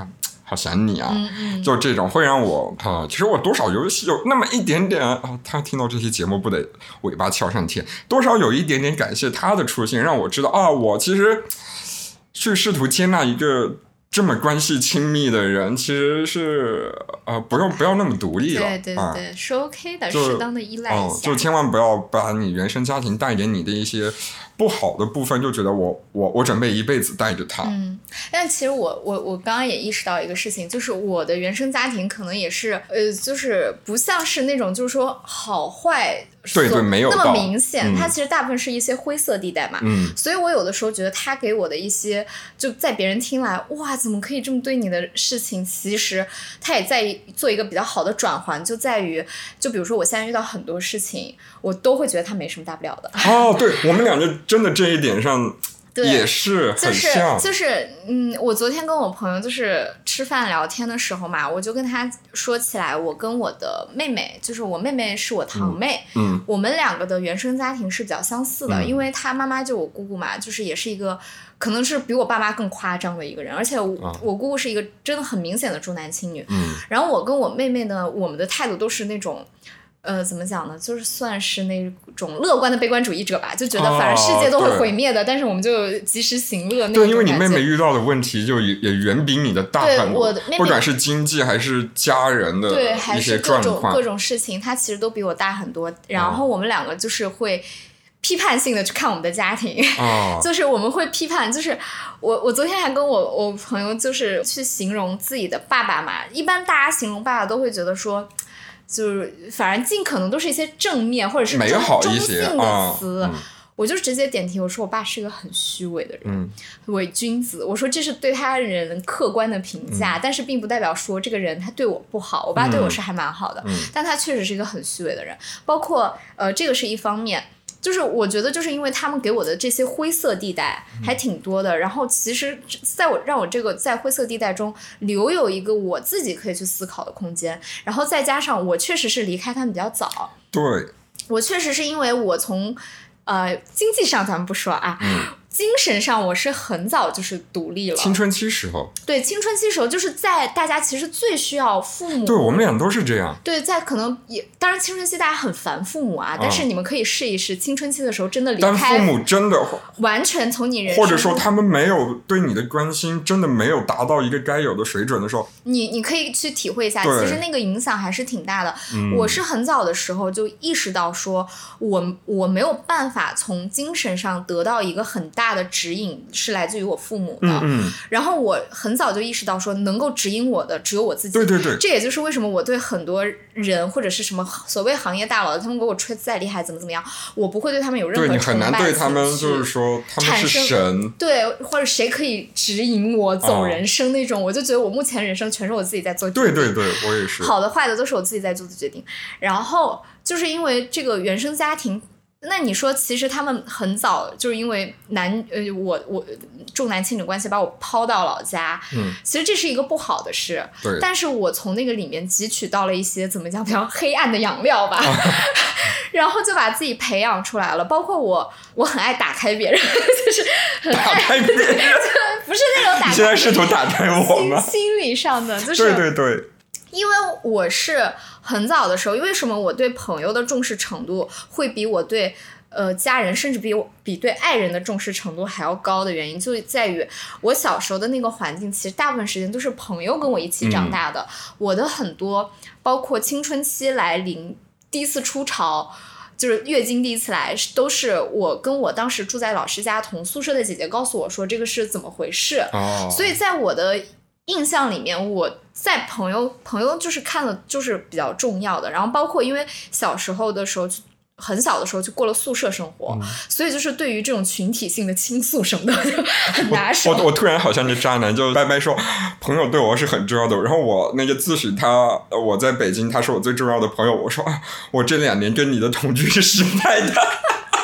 好想你啊， 嗯嗯就这种会让我啊、呃，其实我多少有有那么一点点啊，他听到这期节目不得尾巴翘上天，多少有一点点感谢他的出现，让我知道啊，我其实去试图接纳一个这么关系亲密的人，其实是呃不用不要那么独立了， 对对对， 啊、 是 OK 的，适当的依赖一下、 哦，就千万不要把你原生家庭带给你的一些不好的部分，就觉得我我我准备一辈子带着他。 嗯，但其实我我我刚刚也意识到一个事情，就是我的原生家庭可能也是呃，就是不像是那种就是说好坏对对没有那么明显、 嗯， 它其实大部分是一些灰色地带嘛。 嗯， 所以我有的时候觉得他给我的一些就在别人听来哇怎么可以这么对你的事情，其实他也在做一个比较好的转换，就在于就比如说我现在遇到很多事情我都会觉得他没什么大不了的。 哦，对，我们两个真的这一点上对， 也是很像， 就是就是嗯，我昨天跟我朋友就是吃饭聊天的时候嘛，我就跟他说起来，我跟我的妹妹，就是我妹妹是我堂妹， 嗯，嗯我们两个的原生家庭是比较相似的，嗯、因为她妈妈就我姑姑嘛，就是也是一个可能是比我爸妈更夸张的一个人，而且我、嗯、我姑姑是一个真的很明显的重男轻女， 嗯， 然后我跟我妹妹呢，我们的态度都是那种。呃，怎么讲呢？就是算是那种乐观的悲观主义者吧，就觉得反正世界都会毁灭的，哦、但是我们就及时行乐那种。 对，因为你妹妹遇到的问题就也也远比你的大很多，不管是经济还是家人的一些状况， 对，还是各种各种事情，她其实都比我大很多。然后我们两个就是会批判性的去看我们的家庭， 哦、 就是我们会批判，就是我我昨天还跟我我朋友就是去形容自己的爸爸嘛，一般大家形容爸爸都会觉得说。就是反正尽可能都是一些正面或者是中中性的词、 啊嗯、 我就直接点题我说我爸是个很虚伪的人、 嗯、 伪君子，我说这是对他人客观的评价、嗯、但是并不代表说这个人他对我不好，我爸对我是还蛮好的、 嗯、 但他确实是一个很虚伪的人，包括呃这个是一方面，就是我觉得就是因为他们给我的这些灰色地带还挺多的、嗯、然后其实在我让我这个在灰色地带中留有一个我自己可以去思考的空间，然后再加上我确实是离开他们比较早， 对， 我确实是因为我从呃经济上咱们不说啊、 嗯， 精神上我是很早就是独立了， 青春期时候， 对，青春期时候就是在大家其实最需要父母， 对，我们俩都是这样， 对，在可能也当然青春期大家很烦父母啊、嗯、但是你们可以试一试青春期的时候真的离开， 但父母真的完全从你人生， 或者说他们没有对你的关心真的没有达到一个该有的水准的时候， 你你可以去体会一下，其实那个影响还是挺大的、 嗯、 我是很早的时候就意识到说我我没有办法从精神上得到一个很大的指引是来自于我父母的， 嗯嗯， 然后我很早就意识到说能够指引我的只有我自己， 对对对， 这也就是为什么我对很多人或者是什么所谓行业大佬他们给我吹再厉害怎么怎么样，我不会对他们有任何对，你很难对他们就是说他们是神， 对，或者谁可以指引我走人生那种、哦、我就觉得我目前人生全是我自己在做决定， 对对对，我也是， 好的坏的都是我自己在做的决定，然后就是因为这个原生家庭，那你说其实他们很早就是因为男呃我我重男轻女关系把我抛到老家， 嗯， 其实这是一个不好的事， 对， 但是我从那个里面汲取到了一些怎么讲比较黑暗的养料吧，然后就把自己培养出来了，包括我我很爱打开别人，就是很爱打开别人不是那种打开， 你现在试图打开我吗？ 心理上的，就是对对对， 因为我是很早的时候，为什么我对朋友的重视程度会比我对呃家人甚至比我比对爱人的重视程度还要高的原因，就在于我小时候的那个环境其实大部分时间都是朋友跟我一起长大的、嗯、我的很多包括青春期来临第一次初潮就是月经第一次来都是我跟我当时住在老师家同宿舍的姐姐告诉我说这个是怎么回事、 哦、 所以在我的印象里面我在朋友朋友就是看的就是比较重要的，然后包括因为小时候的时候很小的时候就过了宿舍生活、嗯、所以就是对于这种群体性的倾诉什么的就很拿手。 我 我, 我突然好像这渣男就拜拜说朋友对我是很重要的，然后我那个自诩他我在北京他是我最重要的朋友，我说、啊、我这两年跟你的同居是失败的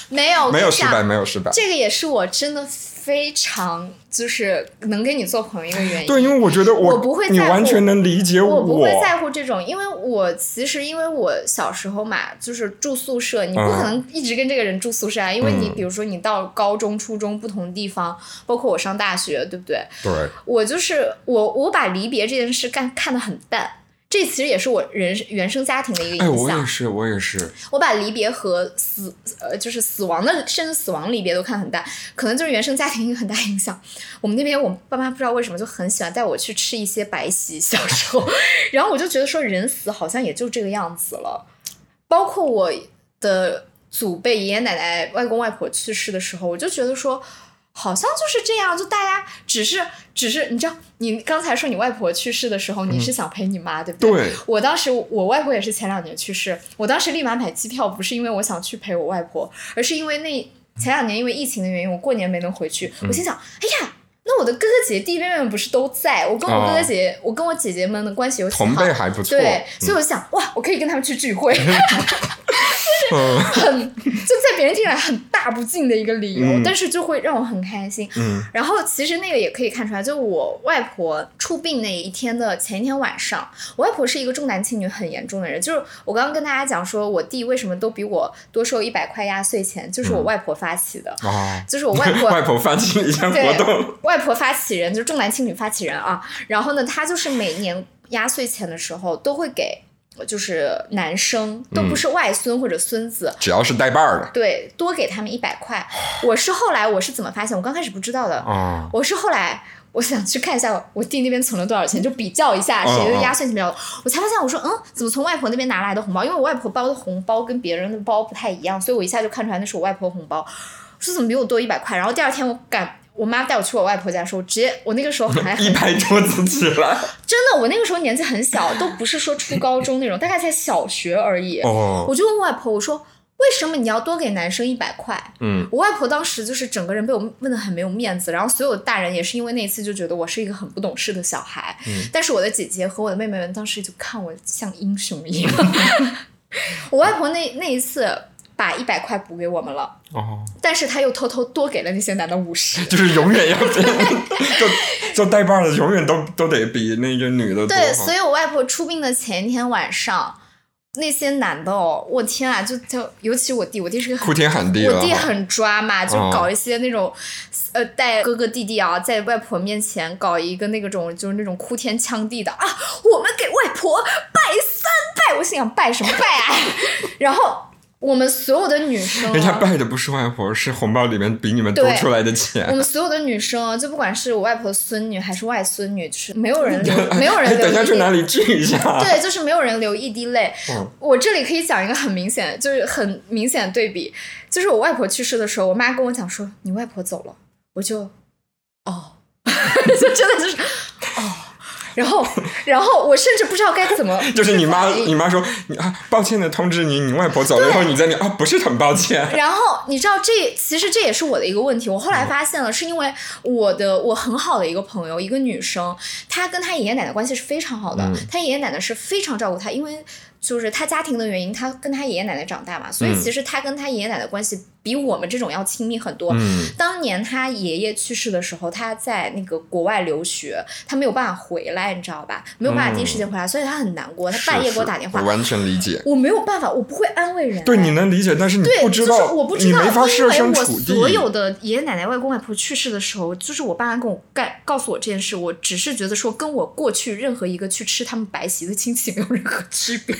没有没有失败，没有失败。 这个也是我真的非常就是能跟你做朋友一个原因。 对，因为我觉得我我不会在乎， 你完全能理解我， 我不会在乎这种，因为我其实因为我小时候嘛，就是住宿舍，你不可能一直跟这个人住宿舍啊，嗯、因为你比如说你到高中、初中不同地方，包括我上大学，对不对？ 对， 我就是我，我把离别这件事干看得很淡。这其实也是我人原生家庭的一个影响。 哎，我也是，我也是。 我把离别和死，呃，就是死亡的，甚至死亡离别都看很淡，可能就是原生家庭一个很大影响。我们那边我爸妈不知道为什么就很喜欢带我去吃一些白席，小时候，然后我就觉得说人死好像也就这个样子了。包括我的祖辈爷爷奶奶、外公外婆去世的时候，我就觉得说。好像就是这样，就大家只是只是你知道，你刚才说你外婆去世的时候，你是想陪你妈，嗯、对不对？ 对。 我当时我外婆也是前两年去世，我当时立马买机票，不是因为我想去陪我外婆，而是因为那前两年因为疫情的原因，我过年没能回去，嗯、我心想，哎呀。那我的哥哥姐姐弟弟妹妹们不是都在？我跟我哥哥姐姐，哦、我跟我姐姐们的关系有同辈还不错， 对，嗯、所以我想，哇，我可以跟他们去聚会，就是很就在别人听来很大不敬的一个理由，嗯、但是就会让我很开心。 嗯， 然后其实那个也可以看出来，就我外婆出殡那一天的前一天晚上，我外婆是一个重男轻女很严重的人，就是我刚刚跟大家讲说，我弟为什么都比我多收一百块压岁钱，就是我外婆发起的， 嗯、 就是我外婆外婆发起一项活动。 外婆发起人就是重男轻女发起人啊，然后呢，他就是每年压岁钱的时候都会给，就是男生都不是外孙或者孙子， 嗯、只要是带把儿的， 对，多给他们一百块。我是后来我是怎么发现？我刚开始不知道的， 哦、 我是后来我想去看一下我弟那边存了多少钱，就比较一下谁的压岁钱比较多，哦、我才发现我说嗯，怎么从外婆那边拿来的红包？因为我外婆包的红包跟别人的包不太一样，所以我一下就看出来那是我外婆红包。我说怎么比我多一百块？然后第二天我赶。我妈带我去我外婆家的时候，我直接我那个时候还一拍桌子起来， 真的，我那个时候年纪很小，都不是说初高中那种，大概才小学而已。 哦， 我就问外婆，我说为什么你要多给男生一百块？ 嗯， 我外婆当时就是整个人被我问得很没有面子，然后所有的大人也是因为那一次就觉得我是一个很不懂事的小孩， 嗯、 但是我的姐姐和我的妹妹们当时就看我像英雄一样。我外婆那那一次。把一百块补给我们了， 哦， 但是他又偷偷多给了那些男的五十， 就是永远要就就带把的，永远都都得比那个女的多。 对，所以我外婆出殡的前一天晚上，那些男的哦，我天啊，就就尤其我弟，我弟是个哭天喊地， 我弟很抓嘛，就搞一些那种、哦、呃带哥哥弟弟啊，在外婆面前搞一个那个种就是那种哭天抢地的啊，我们给外婆拜三拜，我心想拜什么拜啊，然后。我们所有的女生， 人家拜的不是外婆，是红包里面比你们多出来的钱。 我们所有的女生，就不管是我外婆的孙女还是外孙女，就是没有人留，没有人留。 等一下去哪里聚一下？ 对，就是没有人流一滴泪。 嗯、 我这里可以讲一个很明显，就是很明显的对比，就是我外婆去世的时候，我妈跟我讲说你外婆走了，我就哦，就真的就是哦。然后，然后我甚至不知道该怎么， 就是你妈，你妈说，你啊，抱歉的通知你，你外婆走了以后，你在那啊，不是很抱歉。 然后你知道这，其实这也是我的一个问题。我后来发现了，是因为我的我很好的一个朋友，一个女生，她跟她爷爷奶奶关系是非常好的，嗯、她爷爷奶奶是非常照顾她，因为就是她家庭的原因，她跟她爷爷奶奶长大嘛，所以其实她跟她爷爷奶奶关系比我们这种要亲密很多。 嗯、 当年她爷爷去世的时候，她在那个国外留学，她没有办法回来，你知道吧？没有办法第一时间回来，嗯、所以她很难过。她半夜给我打电话， 我完全理解。 我没有办法，我不会安慰人。 对，你能理解，但是你不知道， 就是、我不知道， 你没法设身处地。 因为我所有的爷爷奶奶、外公外婆去世的时候，就是我爸妈跟我告告诉我这件事，我只是觉得说，跟我过去任何一个去吃他们白席的亲戚没有任何区别。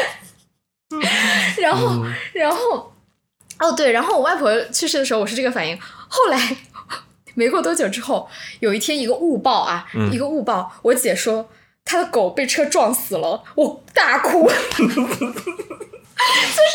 然后，嗯、然后，哦对，然后我外婆去世的时候，我是这个反应。后来没过多久之后，有一天一个误报啊，嗯、一个误报，我姐说她的狗被车撞死了，我大哭。就是，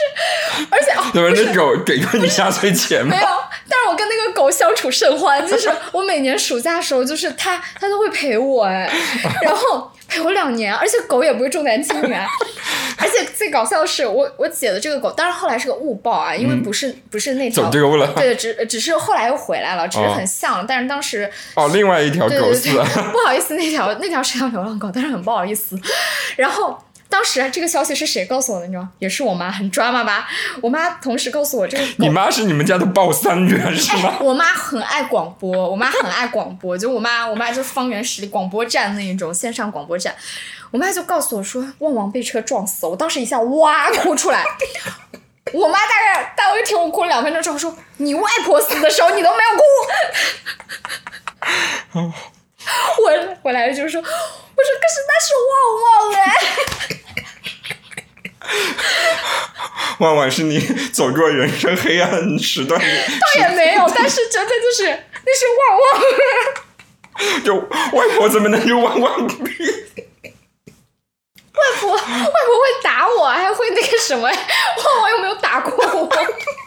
而且哦， 怎么那狗给过你压岁钱吗？ 没有，但是我跟那个狗相处甚欢，就是我每年暑假的时候，就是它它都会陪我哎，然后陪我两年，而且狗也不会重男轻女啊。而且最搞笑的是，我我姐的这个狗，当然后来是个误报啊，因为不是、嗯、不是那条走丢了， 对，只只是后来又回来了，只是很像，哦、但是当时哦，另外一条狗死了， 不好意思，那条那条是条流浪狗，但是很不好意思。然后当时这个消息是谁告诉我的？你知道，也是我妈，很drama吧？我妈同时告诉我这个。 你妈是你们家的鲍三元是吗？ 哎、我妈很爱广播，我妈很爱广播，就我妈，我妈就是方圆十里广播站那一种线上广播站。我妈就告诉我说，旺旺被车撞死了。我当时一下哇哭出来。我妈大概大概听我哭了两分钟之后说：“你外婆死的时候你都没有哭。”我回来就是说，我说可是那是旺旺哎。 旺旺是你走过人生黑暗时段的， 倒也没有，但是真的就是那是旺旺。就外婆怎么能有旺旺病？ 外婆，外婆会打我，还会那个什么？旺旺又没有打过我。旺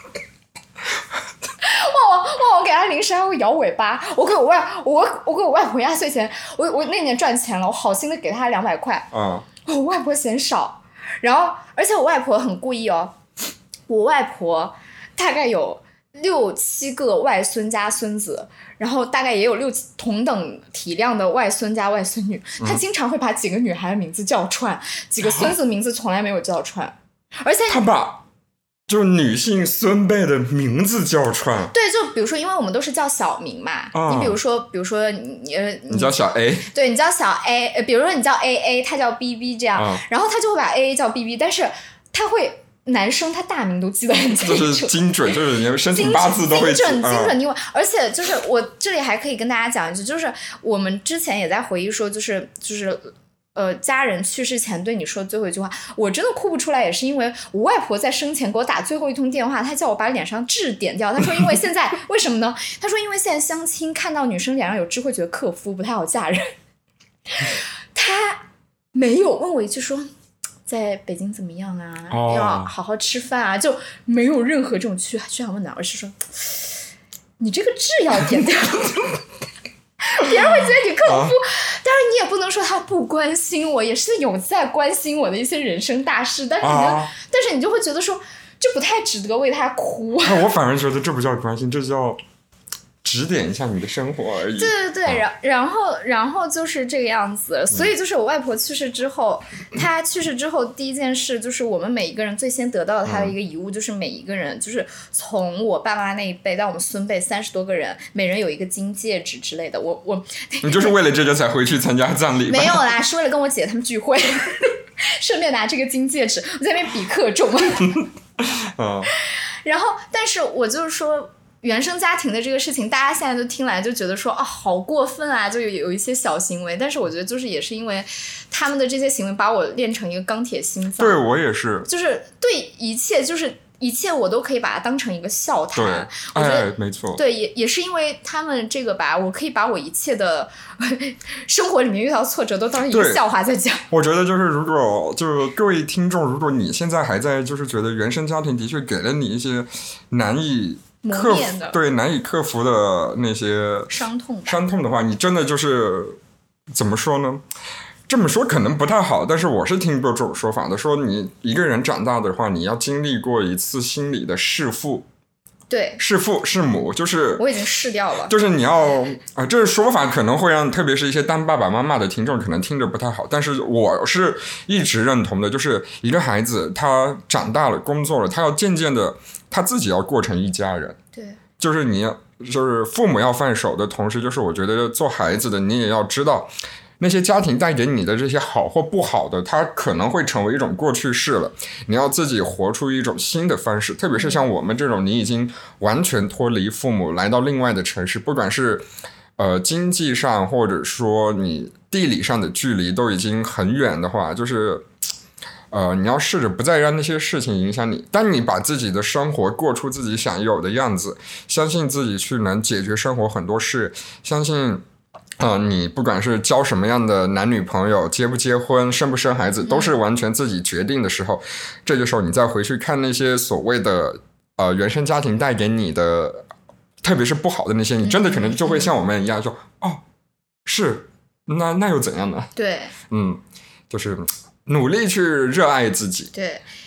旺，旺旺给他零食还会摇尾巴。我给我外，我我给我外婆压岁钱，我我那年赚钱了，我好心的给她两百块。 嗯。 我外婆嫌少，然后而且我外婆很故意哦，我外婆大概有六七个外孙加孙子。然后大概也有六同等体量的外孙加外孙女，她经常会把几个女孩的名字叫串，几个孙子名字从来没有叫串，而且她把就是女性孙辈的名字叫串。 对，就比如说，因为我们都是叫小名嘛， 哦、 你比如说，比如说你呃， 你叫小 A， 对你叫小 A， 呃，比如说你叫 A A， 他叫 B B 这样， 哦、 然后他就会把 A A 叫 B B， 但是他会。男生他大名都记得很清楚， 就是精准，就是连生辰八字都会精准精准精准。而且就是我这里还可以跟大家讲一句，就是我们之前也在回忆说，就是就是呃家人去世前对你说的最后一句话，我真的哭不出来，也是因为我外婆在生前给我打最后一通电话，她叫我把脸上痣点掉。她说因为现在为什么呢？她说因为现在相亲看到女生脸上有痣会觉得克夫不太好嫁人。她没有问我一句说。在北京怎么样啊？哦、要好好吃饭啊，就没有任何这种嘘嘘寒问暖，而是说你这个痣要点掉，别人会觉得你克夫。当然，你也不能说他不关心我，也是有在关心我的一些人生大事，但是你就，啊、但是你就会觉得说这不太值得为他哭。 我反而觉得这不叫关心，这叫。指点一下你的生活而已。 对对对，然、啊、然后然后就是这个样子，所以就是我外婆去世之后，嗯、她去世之后第一件事就是我们每一个人最先得到的她的一个遗物，嗯、就是每一个人就是从我爸妈那一辈到我们孙辈三十多个人，每人有一个金戒指之类的。我我你就是为了这个才回去参加葬礼吧？ 没有啦，是为了跟我姐他们聚会，顺便拿这个金戒指，我在那边比克重。 嗯， 然后但是我就是说。原生家庭的这个事情，大家现在都听来就觉得说啊，好过分啊，就有有一些小行为。但是我觉得就是也是因为他们的这些行为，把我练成一个钢铁心脏。 对我也是， 就是对一切，就是一切我都可以把它当成一个笑谈。 对， 我觉得哎，没错。 对，也也是因为他们这个吧，我可以把我一切的生活里面遇到挫折都当成一个笑话在讲。 我觉得就是如果就是各位听众，如果你现在还在就是觉得原生家庭的确给了你一些难以。克服对难以克服的那些伤痛伤痛的话，你真的就是怎么说呢？这么说可能不太好，但是我是听过这种说法的，说你一个人长大的话，你要经历过一次心理的弑父。 对， 弑父弑母，就是我已经弑掉了。 就是你要啊、呃，这个说法可能会让特别是一些当爸爸妈妈的听众可能听着不太好，但是我是一直认同的，就是一个孩子他长大了工作了，他要渐渐的他自己要过成一家人。 对， 就是你要就是父母要放手的同时，就是我觉得做孩子的你也要知道。那些家庭带给你的这些好或不好的，它可能会成为一种过去式了。你要自己活出一种新的方式，特别是像我们这种，你已经完全脱离父母，来到另外的城市，不管是呃经济上，或者说你地理上的距离都已经很远的话，就是呃你要试着不再让那些事情影响你。当你把自己的生活过出自己想有的样子，相信自己去能解决生活很多事，相信。呃，你不管是交什么样的男女朋友，结不结婚，生不生孩子，都是完全自己决定的时候，嗯、这个时候你再回去看那些所谓的呃原生家庭带给你的，特别是不好的那些，你真的可能就会像我们一样说，嗯、哦，是，那那又怎样呢？ 对， 嗯，就是努力去热爱自己。 对。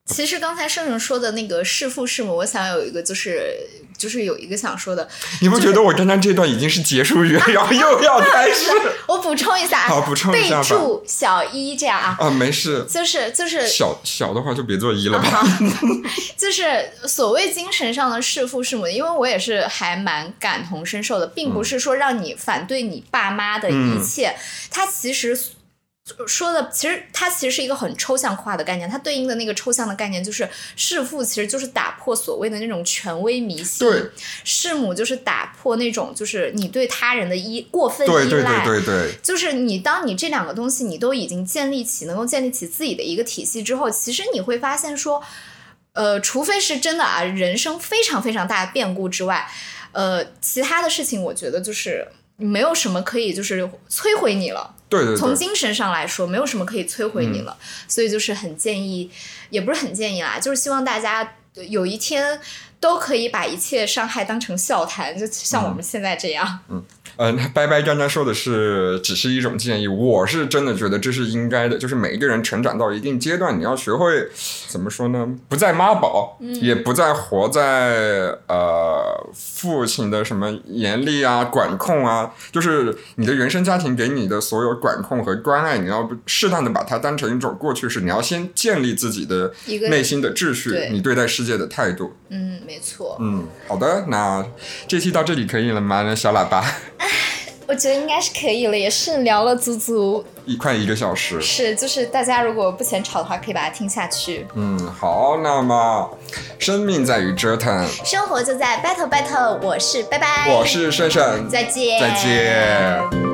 其实刚才圣圣说的那个弑父弑母，我想有一个就是就是有一个想说的， 你不觉得我刚刚这段已经是结束语，然后又要开始？ 我补充一下， 好，补充一下吧。 备注小一这样啊。 啊，没事。 就是就是小小的话就别做一了吧。 啊、就是所谓精神上的弑父弑母，因为我也是还蛮感同身受的，并不是说让你反对你爸妈的一切，嗯、它其实。说的其实它其实是一个很抽象化的概念，它对应的那个抽象的概念就是弑父其实就是打破所谓的那种权威迷信， 对， 弑母就是打破那种就是你对他人的依过分依赖， 对对对对对， 就是你当你这两个东西你都已经建立起能够建立起自己的一个体系之后，其实你会发现说呃，除非是真的啊人生非常非常大的变故之外，呃，其他的事情我觉得就是没有什么可以就是摧毁你了， 对对对， 从精神上来说没有什么可以摧毁你了、嗯、所以就是很建议，也不是很建议啦，就是希望大家有一天都可以把一切伤害当成笑谈，就像我们现在这样。 嗯嗯，呃，拜拜刚刚说的是只是一种建议，我是真的觉得这是应该的，就是每一个人成长到一定阶段，你要学会怎么说呢，不再妈宝、嗯、也不再活在呃父亲的什么严厉啊管控啊，就是你的原生家庭给你的所有管控和关爱，你要适当的把它当成一种过去式，你要先建立自己的内心的秩序，你对待世界的态度。 嗯，没错。 嗯，好的，那这期到这里可以了吗？那小喇叭我觉得应该是可以了，也是聊了足足一快一个小时。 是，就是大家如果不嫌吵的话，可以把它听下去。 嗯，好，那么生命在于折腾， 生活就在 battle battle。我是拜拜， 我是胜胜， 再见， 再见。